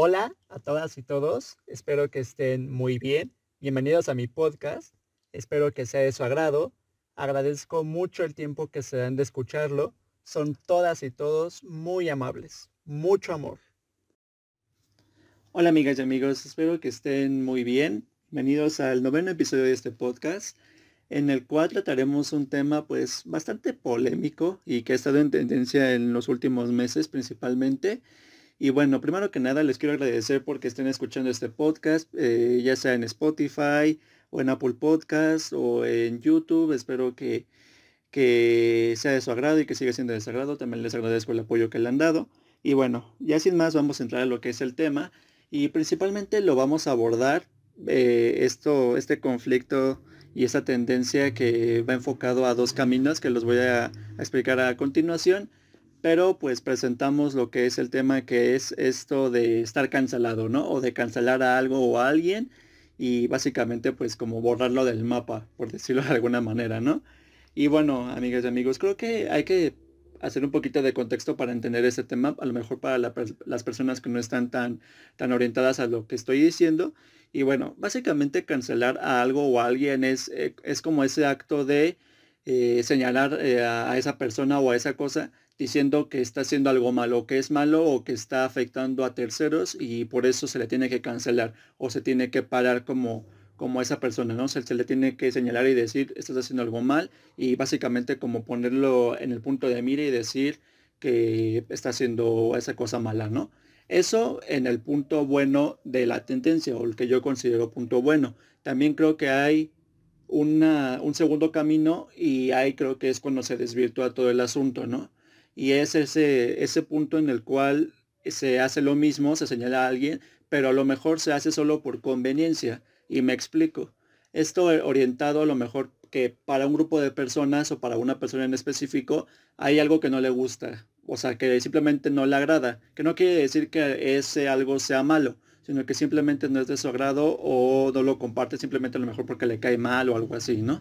Hola a todas y todos, espero que estén muy bien. Bienvenidos a mi podcast, espero que sea de su agrado. Agradezco mucho el tiempo que se dan de escucharlo. Son todas y todos muy amables. Mucho amor. Hola amigas y amigos, espero que estén muy bien. Bienvenidos al noveno episodio de este podcast, en el cual trataremos un tema pues bastante polémico y que ha estado en tendencia en los últimos meses principalmente. Y bueno, primero que nada les quiero agradecer porque estén escuchando este podcast, ya sea en Spotify o en Apple Podcast o en YouTube. Espero que sea de su agrado y que siga siendo de su agrado. También les agradezco el apoyo que le han dado. Y bueno, ya sin más vamos a entrar a lo que es el tema y principalmente lo vamos a abordar este conflicto y esta tendencia que va enfocado a dos caminos que los voy a explicar a continuación. Pero pues presentamos lo que es el tema, que es esto de estar cancelado, ¿no? O de cancelar a algo o a alguien y básicamente pues como borrarlo del mapa, por decirlo de alguna manera, ¿no? Y bueno, amigas y amigos, creo que hay que hacer un poquito de contexto para entender este tema, a lo mejor para las personas que no están tan orientadas a lo que estoy diciendo. Y bueno, básicamente cancelar a algo o a alguien es como ese acto de señalar a esa persona o a esa cosa diciendo que está haciendo algo malo, que es malo o que está afectando a terceros y por eso se le tiene que cancelar o se tiene que parar como a esa persona, ¿no? Se le tiene que señalar y decir, estás haciendo algo mal y básicamente como ponerlo en el punto de mira y decir que está haciendo esa cosa mala, ¿no? Eso en el punto bueno de la tendencia o el que yo considero punto bueno. También creo que hay un segundo camino y ahí creo que es cuando se desvirtúa todo el asunto, ¿no? Y es ese punto en el cual se hace lo mismo, se señala a alguien, pero a lo mejor se hace solo por conveniencia. Y me explico. Esto orientado a lo mejor que para un grupo de personas o para una persona en específico hay algo que no le gusta. O sea, que simplemente no le agrada. Que no quiere decir que ese algo sea malo, sino que simplemente no es de su agrado o no lo comparte simplemente a lo mejor porque le cae mal o algo así, ¿no?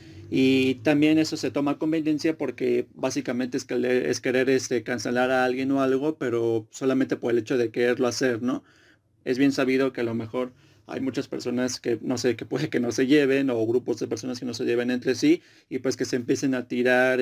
Y también eso se toma conveniencia porque básicamente es querer cancelar a alguien o algo, pero solamente por el hecho de quererlo hacer, ¿no? Es bien sabido que a lo mejor hay muchas personas que no sé, que puede que no se lleven o grupos de personas que no se lleven entre sí y pues que se empiecen a tirar,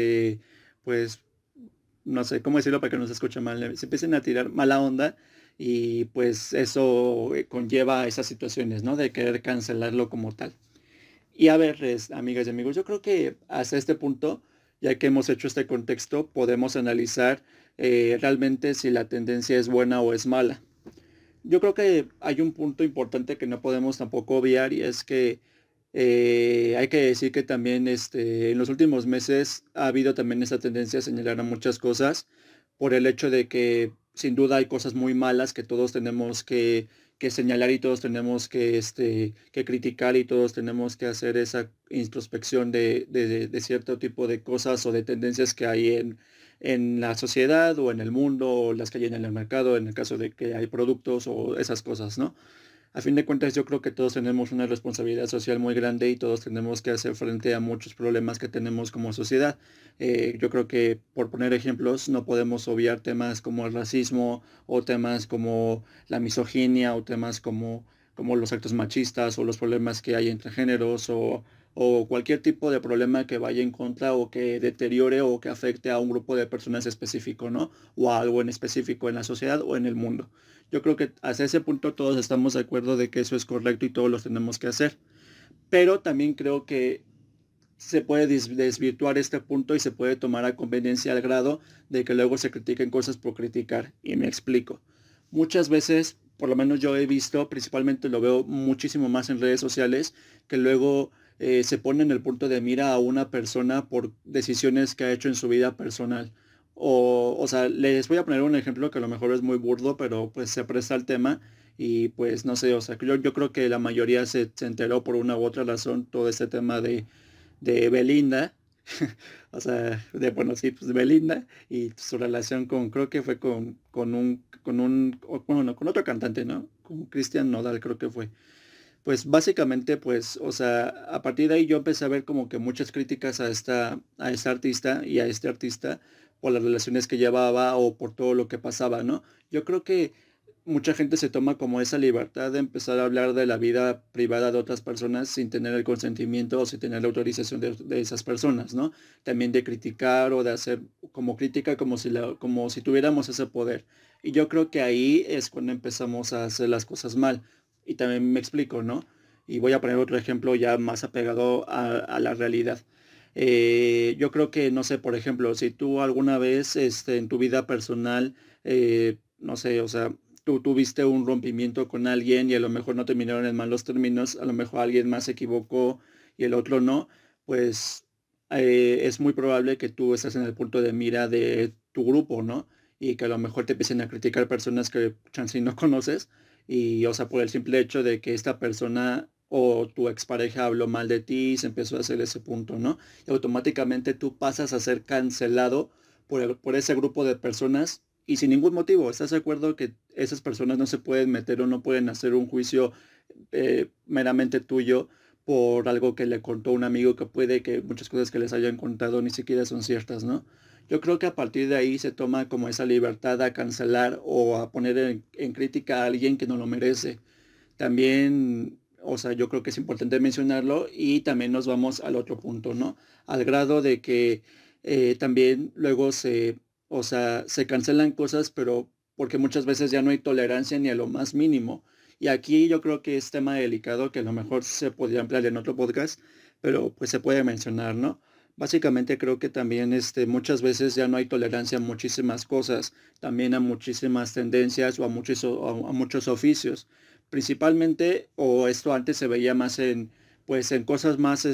pues no sé cómo decirlo para que no se escuche mal, se empiecen a tirar mala onda y pues eso conlleva a esas situaciones, ¿no? De querer cancelarlo como tal. Y a ver, amigas y amigos, yo creo que hasta este punto, ya que hemos hecho este contexto, podemos analizar realmente si la tendencia es buena o es mala. Yo creo que hay un punto importante que no podemos tampoco obviar y es que hay que decir que también en los últimos meses ha habido también esa tendencia a señalar a muchas cosas por el hecho de que sin duda hay cosas muy malas que todos tenemos que señalar y todos tenemos que criticar y todos tenemos que hacer esa introspección de cierto tipo de cosas o de tendencias que hay en la sociedad o en el mundo o las que hay en el mercado en el caso de que hay productos o esas cosas, ¿no? A fin de cuentas, yo creo que todos tenemos una responsabilidad social muy grande y todos tenemos que hacer frente a muchos problemas que tenemos como sociedad. Yo creo que, por poner ejemplos, no podemos obviar temas como el racismo o temas como la misoginia o temas como los actos machistas o los problemas que hay entre géneros o cualquier tipo de problema que vaya en contra o que deteriore o que afecte a un grupo de personas específico, ¿no? O a algo en específico en la sociedad o en el mundo. Yo creo que hasta ese punto todos estamos de acuerdo de que eso es correcto y todos lo tenemos que hacer. Pero también creo que se puede desvirtuar este punto y se puede tomar a conveniencia al grado de que luego se critiquen cosas por criticar. Y me explico. Muchas veces, por lo menos yo he visto, principalmente lo veo muchísimo más en redes sociales, que luego se pone en el punto de mira a una persona por decisiones que ha hecho en su vida personal. O sea, les voy a poner un ejemplo que a lo mejor es muy burdo, pero pues se presta al tema. Y pues no sé, o sea, yo creo que la mayoría se enteró por una u otra razón todo este tema de Belinda, o sea, bueno, sí, pues Belinda y su relación con, creo que fue bueno, no, con otro cantante, ¿no? Con Cristian Nodal, creo que fue. Pues básicamente, pues, o sea, a partir de ahí yo empecé a ver como que muchas críticas a esta artista y a este artista por las relaciones que llevaba o por todo lo que pasaba, ¿no? Yo creo que mucha gente se toma como esa libertad de empezar a hablar de la vida privada de otras personas sin tener el consentimiento o sin tener la autorización de esas personas, ¿no? También de criticar o de hacer como crítica como si tuviéramos ese poder. Y yo creo que ahí es cuando empezamos a hacer las cosas mal. Y también me explico, ¿no? Y voy a poner otro ejemplo ya más apegado a la realidad. Yo creo que, no sé, por ejemplo, si tú alguna vez en tu vida personal, no sé, o sea, tú tuviste un rompimiento con alguien y a lo mejor no terminaron en malos términos, a lo mejor alguien más se equivocó y el otro no, pues es muy probable que tú estés en el punto de mira de tu grupo, ¿no? Y que a lo mejor te empiecen a criticar personas que chance y no conoces y, o sea, por el simple hecho de que esta persona o tu expareja habló mal de ti y se empezó a hacer ese punto, ¿no? Y automáticamente tú pasas a ser cancelado por ese grupo de personas y sin ningún motivo. ¿Estás de acuerdo que esas personas no se pueden meter o no pueden hacer un juicio meramente tuyo por algo que le contó un amigo, que puede que muchas cosas que les hayan contado ni siquiera son ciertas, ¿no? Yo creo que a partir de ahí se toma como esa libertad a cancelar o a poner en crítica a alguien que no lo merece. También, o sea, yo creo que es importante mencionarlo y también nos vamos al otro punto, ¿no? Al grado de que también luego o sea, se cancelan cosas, pero porque muchas veces ya no hay tolerancia ni a lo más mínimo. Y aquí yo creo que es tema delicado que a lo mejor se podría ampliar en otro podcast, pero pues se puede mencionar, ¿no? Básicamente creo que también muchas veces ya no hay tolerancia a muchísimas cosas, también a muchísimas tendencias o a muchos oficios principalmente, o esto antes se veía más pues en cosas más,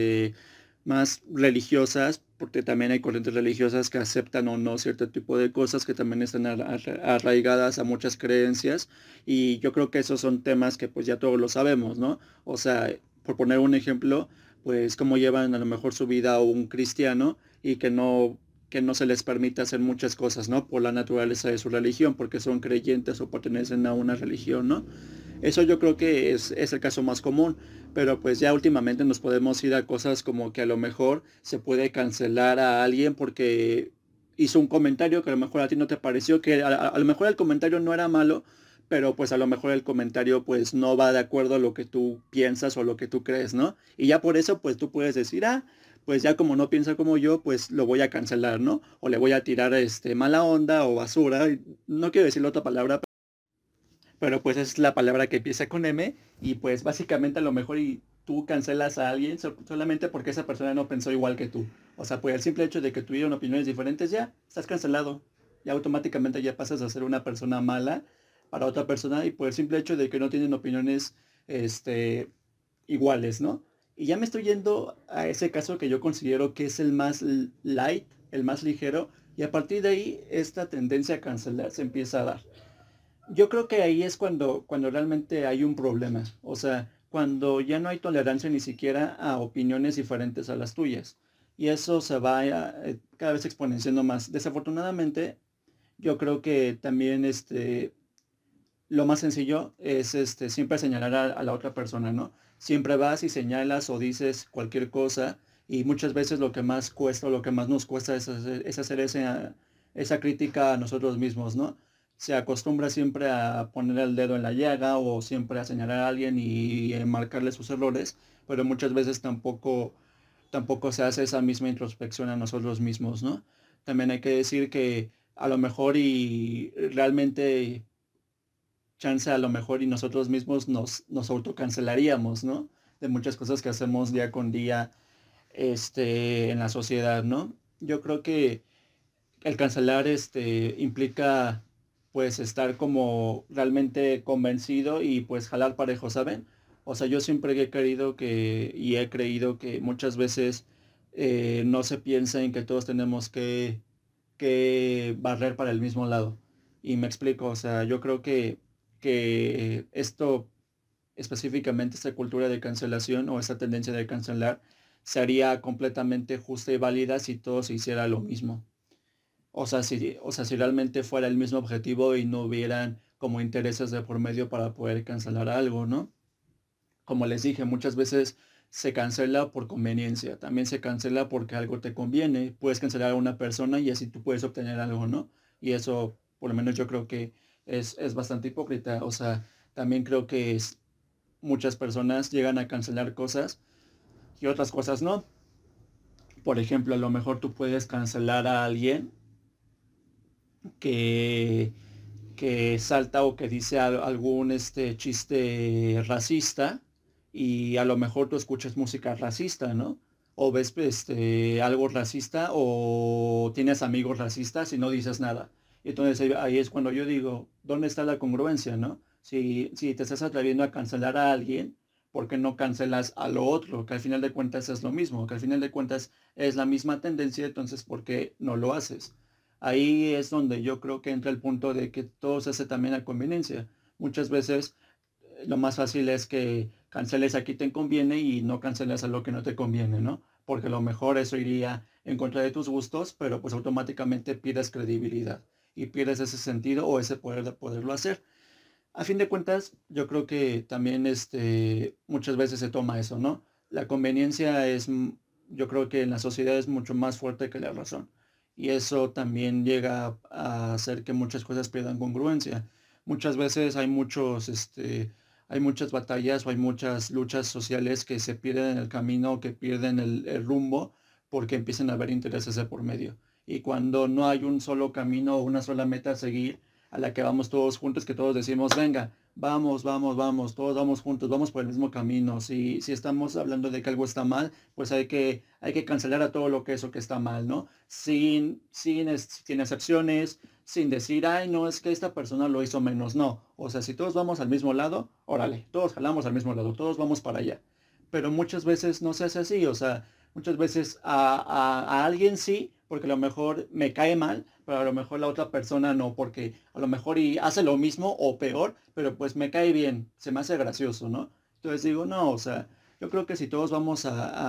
más religiosas, porque también hay corrientes religiosas que aceptan o no cierto tipo de cosas que también están arraigadas a muchas creencias, y yo creo que esos son temas que pues ya todos lo sabemos, ¿no? O sea, por poner un ejemplo, pues cómo llevan a lo mejor su vida un cristiano y que no se les permite hacer muchas cosas, ¿no? Por la naturaleza de su religión, porque son creyentes o pertenecen a una religión, ¿no? Eso yo creo que es el caso más común, pero pues ya últimamente nos podemos ir a cosas como que a lo mejor se puede cancelar a alguien porque hizo un comentario que a lo mejor a ti no te pareció, que a lo mejor el comentario no era malo, pero pues a lo mejor el comentario pues no va de acuerdo a lo que tú piensas o lo que tú crees, ¿no? Y ya por eso pues tú puedes decir, pues ya como no piensa como yo, pues lo voy a cancelar, ¿no? O le voy a tirar mala onda o basura, no quiero decir la otra palabra, pero pues es la palabra que empieza con M y pues básicamente a lo mejor y tú cancelas a alguien solamente porque esa persona no pensó igual que tú. O sea, pues el simple hecho de que tuvieron opiniones diferentes ya, estás cancelado. Ya automáticamente ya pasas a ser una persona mala para otra persona y por el simple hecho de que no tienen opiniones este, iguales, ¿no? Y ya me estoy yendo a ese caso que yo considero que es el más light, el más ligero, y a partir de ahí esta tendencia a cancelar se empieza a dar. Yo creo que ahí es cuando realmente hay un problema. O sea, cuando ya no hay tolerancia ni siquiera a opiniones diferentes a las tuyas. Y eso se va cada vez exponenciando más. Desafortunadamente, yo creo que también lo más sencillo es siempre señalar a la otra persona, ¿no? Siempre vas y señalas o dices cualquier cosa y muchas veces lo que más cuesta o lo que más nos cuesta es hacer esa crítica a nosotros mismos, ¿no? Se acostumbra siempre a poner el dedo en la llaga o siempre a señalar a alguien y marcarle sus errores, pero muchas veces tampoco se hace esa misma introspección a nosotros mismos, ¿no? También hay que decir que a lo mejor y realmente chance a lo mejor y nosotros mismos nos autocancelaríamos, ¿no? De muchas cosas que hacemos día con día, en la sociedad, ¿no? Yo creo que el cancelar, implica, pues, estar como realmente convencido y, pues, jalar parejo, ¿saben? O sea, yo siempre he querido y he creído que muchas veces no se piensa en que todos tenemos que barrer para el mismo lado. Y me explico, o sea, yo creo que esto, específicamente esta cultura de cancelación o esta tendencia de cancelar, sería completamente justa y válida si todo se hiciera lo mismo. O sea, si realmente fuera el mismo objetivo y no hubieran como intereses de por medio para poder cancelar algo, ¿no? Como les dije, muchas veces se cancela por conveniencia, también se cancela porque algo te conviene, puedes cancelar a una persona y así tú puedes obtener algo, ¿no? Y eso, por lo menos yo creo que es bastante hipócrita. O sea, también creo que muchas personas llegan a cancelar cosas y otras cosas no. Por ejemplo, a lo mejor tú puedes cancelar a alguien que, que salta o que dice algún chiste racista y a lo mejor tú escuchas música racista, ¿no? O ves algo racista o tienes amigos racistas y no dices nada. Y entonces ahí es cuando yo digo, ¿dónde está la congruencia, no? Si te estás atreviendo a cancelar a alguien, ¿por qué no cancelas a lo otro? Que al final de cuentas es lo mismo, que al final de cuentas es la misma tendencia, entonces ¿por qué no lo haces? Ahí es donde yo creo que entra el punto de que todo se hace también a conveniencia. Muchas veces lo más fácil es que canceles a quien te conviene y no canceles a lo que no te conviene, ¿no? Porque a lo mejor eso iría en contra de tus gustos, pero pues automáticamente pierdes credibilidad y pierdes ese sentido o ese poder de poderlo hacer. A fin de cuentas, yo creo que también muchas veces se toma eso, ¿no? La conveniencia yo creo que en la sociedad es mucho más fuerte que la razón. Y eso también llega a hacer que muchas cosas pierdan congruencia. Muchas veces hay muchas batallas o hay muchas luchas sociales que se pierden en el camino, que pierden el rumbo, porque empiezan a haber intereses de por medio. Y cuando no hay un solo camino o una sola meta a seguir, a la que vamos todos juntos, que todos decimos, venga, vamos, vamos, vamos, todos vamos juntos, vamos por el mismo camino. Si estamos hablando de que algo está mal, pues hay que cancelar a todo lo que eso que está mal, ¿no? Sin excepciones, sin decir, ay, no, es que esta persona lo hizo menos, no. O sea, si todos vamos al mismo lado, órale, todos jalamos al mismo lado, todos vamos para allá. Pero muchas veces no se hace así, o sea, muchas veces a alguien sí, porque a lo mejor me cae mal, pero a lo mejor la otra persona no, porque a lo mejor y hace lo mismo o peor, pero pues me cae bien, se me hace gracioso, ¿no? Entonces digo, no, o sea, yo creo que si todos vamos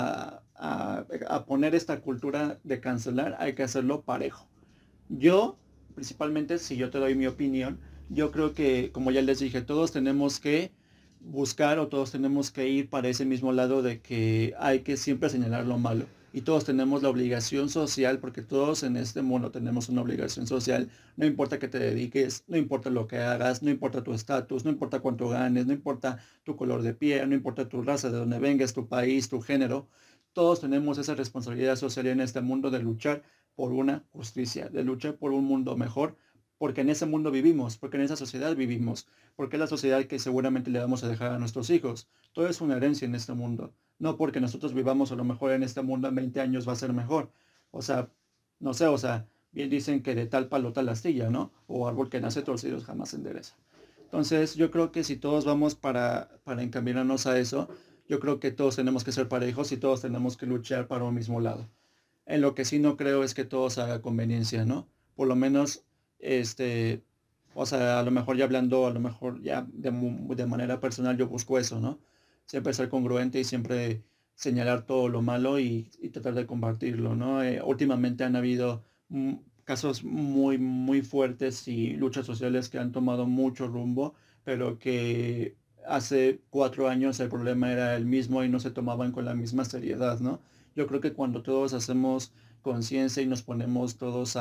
a poner esta cultura de cancelar, hay que hacerlo parejo. Yo, principalmente, si yo te doy mi opinión, yo creo que, como ya les dije, todos tenemos que buscar o todos tenemos que ir para ese mismo lado de que hay que siempre señalar lo malo. Y todos tenemos la obligación social, porque todos en este mundo tenemos una obligación social. No importa que te dediques, no importa lo que hagas, no importa tu estatus, no importa cuánto ganes, no importa tu color de piel, no importa tu raza, de dónde vengas, tu país, tu género. Todos tenemos esa responsabilidad social en este mundo de luchar por una justicia, de luchar por un mundo mejor, porque en ese mundo vivimos, porque en esa sociedad vivimos, porque es la sociedad que seguramente le vamos a dejar a nuestros hijos. Todo es una herencia en este mundo. No porque nosotros vivamos a lo mejor en este mundo en 20 años va a ser mejor. O sea, no sé, o sea, bien dicen que de tal palo tal astilla, ¿no? O árbol que nace torcido jamás se endereza. Entonces, yo creo que si todos vamos para encaminarnos a eso, yo creo que todos tenemos que ser parejos y todos tenemos que luchar para un mismo lado. En lo que sí no creo es que todo se haga conveniencia, ¿no? Por lo menos, este, o sea, a lo mejor ya hablando, a lo mejor ya de manera personal yo busco eso, ¿no? Siempre ser congruente y siempre señalar todo lo malo y tratar de combatirlo, ¿no? Últimamente han habido casos muy, muy fuertes y luchas sociales que han tomado mucho rumbo, pero que hace 4 años el problema era el mismo y no se tomaban con la misma seriedad, ¿no? Yo creo que cuando todos hacemos conciencia y nos ponemos todos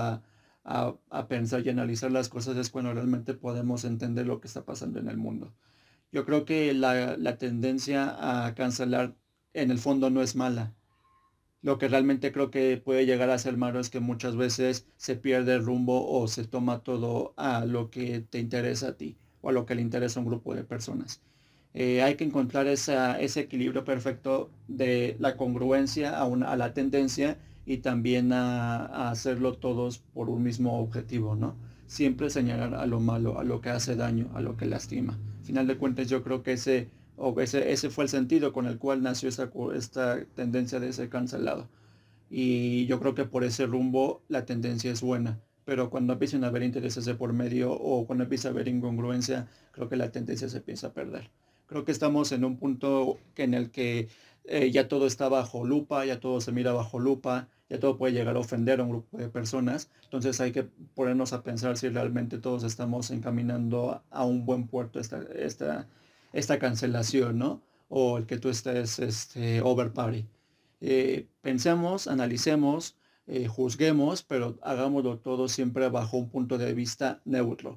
a pensar y analizar las cosas es cuando realmente podemos entender lo que está pasando en el mundo. Yo creo que la tendencia a cancelar en el fondo no es mala. Lo que realmente creo que puede llegar a ser malo es que muchas veces se pierde el rumbo o se toma todo a lo que te interesa a ti o a lo que le interesa a un grupo de personas. Hay que encontrar ese equilibrio perfecto de la congruencia a la tendencia y también a hacerlo todos por un mismo objetivo, ¿no? Siempre señalar a lo malo, a lo que hace daño, a lo que lastima. Al final de cuentas yo creo que ese fue el sentido con el cual nació esta tendencia de ser cancelado. Y yo creo que por ese rumbo la tendencia es buena. Pero cuando empiezan a haber intereses de por medio o cuando empieza a haber incongruencia, creo que la tendencia se empieza a perder. Creo que estamos en un punto en el que ya todo está bajo lupa, ya todo se mira bajo lupa, ya todo puede llegar a ofender a un grupo de personas. Entonces hay que ponernos a pensar si realmente todos estamos encaminando a un buen puerto esta cancelación, ¿no? O el que tú estés over party. Pensemos, analicemos, juzguemos, pero hagámoslo todo siempre bajo un punto de vista neutro.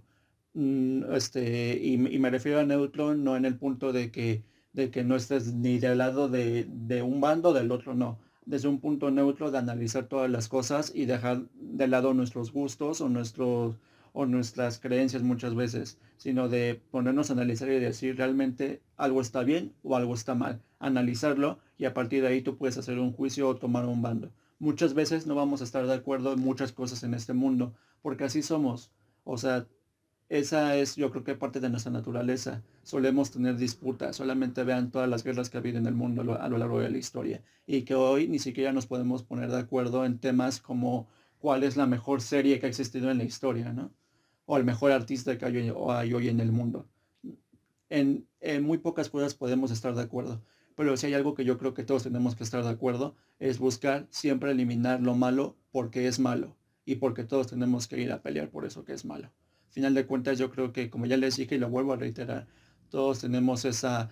y me refiero a neutro no en el punto de que no estés ni del lado de un bando o del otro, no. Desde un punto neutro de analizar todas las cosas y dejar de lado nuestros gustos o nuestras creencias muchas veces, sino de ponernos a analizar y decir realmente algo está bien o algo está mal. Analizarlo y a partir de ahí tú puedes hacer un juicio o tomar un bando. Muchas veces no vamos a estar de acuerdo en muchas cosas en este mundo, porque así somos. O sea, esa es, yo creo que parte de nuestra naturaleza. Solemos tener disputas. Solamente vean todas las guerras que ha habido en el mundo a lo largo de la historia. Y que hoy ni siquiera nos podemos poner de acuerdo en temas como cuál es la mejor serie que ha existido en la historia, ¿no? O el mejor artista que hay hoy en el mundo. En muy pocas cosas podemos estar de acuerdo. Pero si hay algo que yo creo que todos tenemos que estar de acuerdo, es buscar siempre eliminar lo malo porque es malo. Y porque todos tenemos que ir a pelear por eso que es malo. Final de cuentas, yo creo que, como ya les dije y lo vuelvo a reiterar, todos tenemos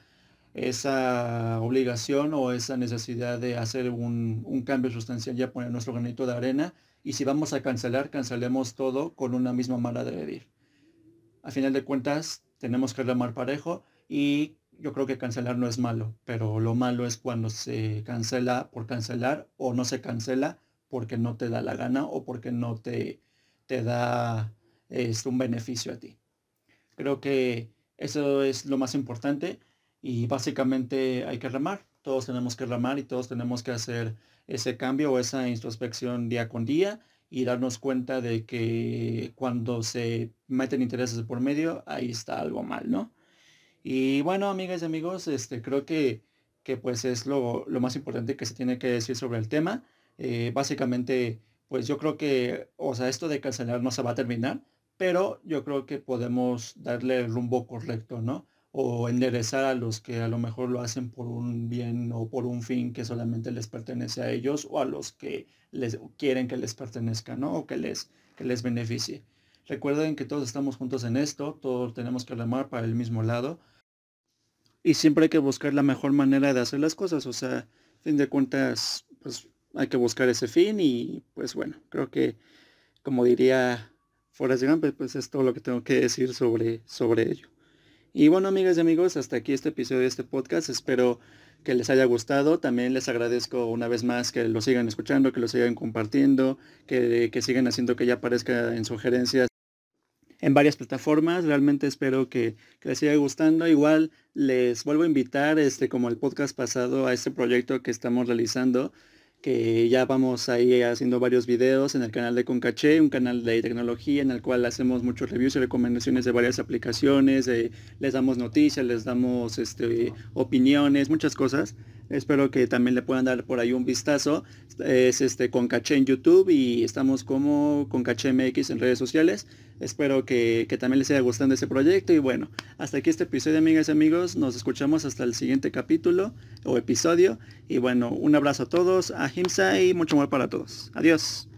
esa obligación o esa necesidad de hacer un cambio sustancial, ya poner nuestro granito de arena. Y si vamos a cancelar, cancelemos todo con una misma manera de vivir. A final de cuentas, tenemos que remar parejo y yo creo que cancelar no es malo, pero lo malo es cuando se cancela por cancelar o no se cancela porque no te da la gana o porque no te da un beneficio a ti. Creo que eso es lo más importante y básicamente hay que remar. Todos tenemos que remar y todos tenemos que hacer ese cambio o esa introspección día con día y darnos cuenta de que cuando se meten intereses de por medio, ahí está algo mal, ¿no? Y bueno, amigas y amigos, creo que pues es lo más importante que se tiene que decir sobre el tema. Básicamente, pues yo creo que, o sea, esto de cancelar no se va a terminar, pero yo creo que podemos darle el rumbo correcto, ¿no? O enderezar a los que a lo mejor lo hacen por un bien o por un fin que solamente les pertenece a ellos o a los que les quieren que les pertenezca, ¿no? O que les beneficie. Recuerden que todos estamos juntos en esto, todos tenemos que remar para el mismo lado y siempre hay que buscar la mejor manera de hacer las cosas. O sea, a fin de cuentas, pues hay que buscar ese fin y pues bueno, creo que como diría Forrest Gump, pues es todo lo que tengo que decir sobre ello. Y bueno, amigas y amigos, hasta aquí este episodio de este podcast. Espero que les haya gustado. También les agradezco una vez más que lo sigan escuchando, que lo sigan compartiendo, que sigan haciendo que ya aparezca en sugerencias en varias plataformas. Realmente espero que les siga gustando. Igual les vuelvo a invitar, como el podcast pasado, a este proyecto que estamos realizando, que ya vamos ahí haciendo varios videos en el canal de Concaché, un canal de tecnología en el cual hacemos muchos reviews y recomendaciones de varias aplicaciones, les damos noticias, les damos opiniones, muchas cosas. Espero que también le puedan dar por ahí un vistazo. Es Concaché en YouTube y estamos como Concaché MX en redes sociales. Espero que también les haya gustando este proyecto y bueno, hasta aquí este episodio, amigas y amigos. Nos escuchamos hasta el siguiente capítulo o episodio. Y bueno, un abrazo a todos, a Himsa y mucho amor para todos. Adiós.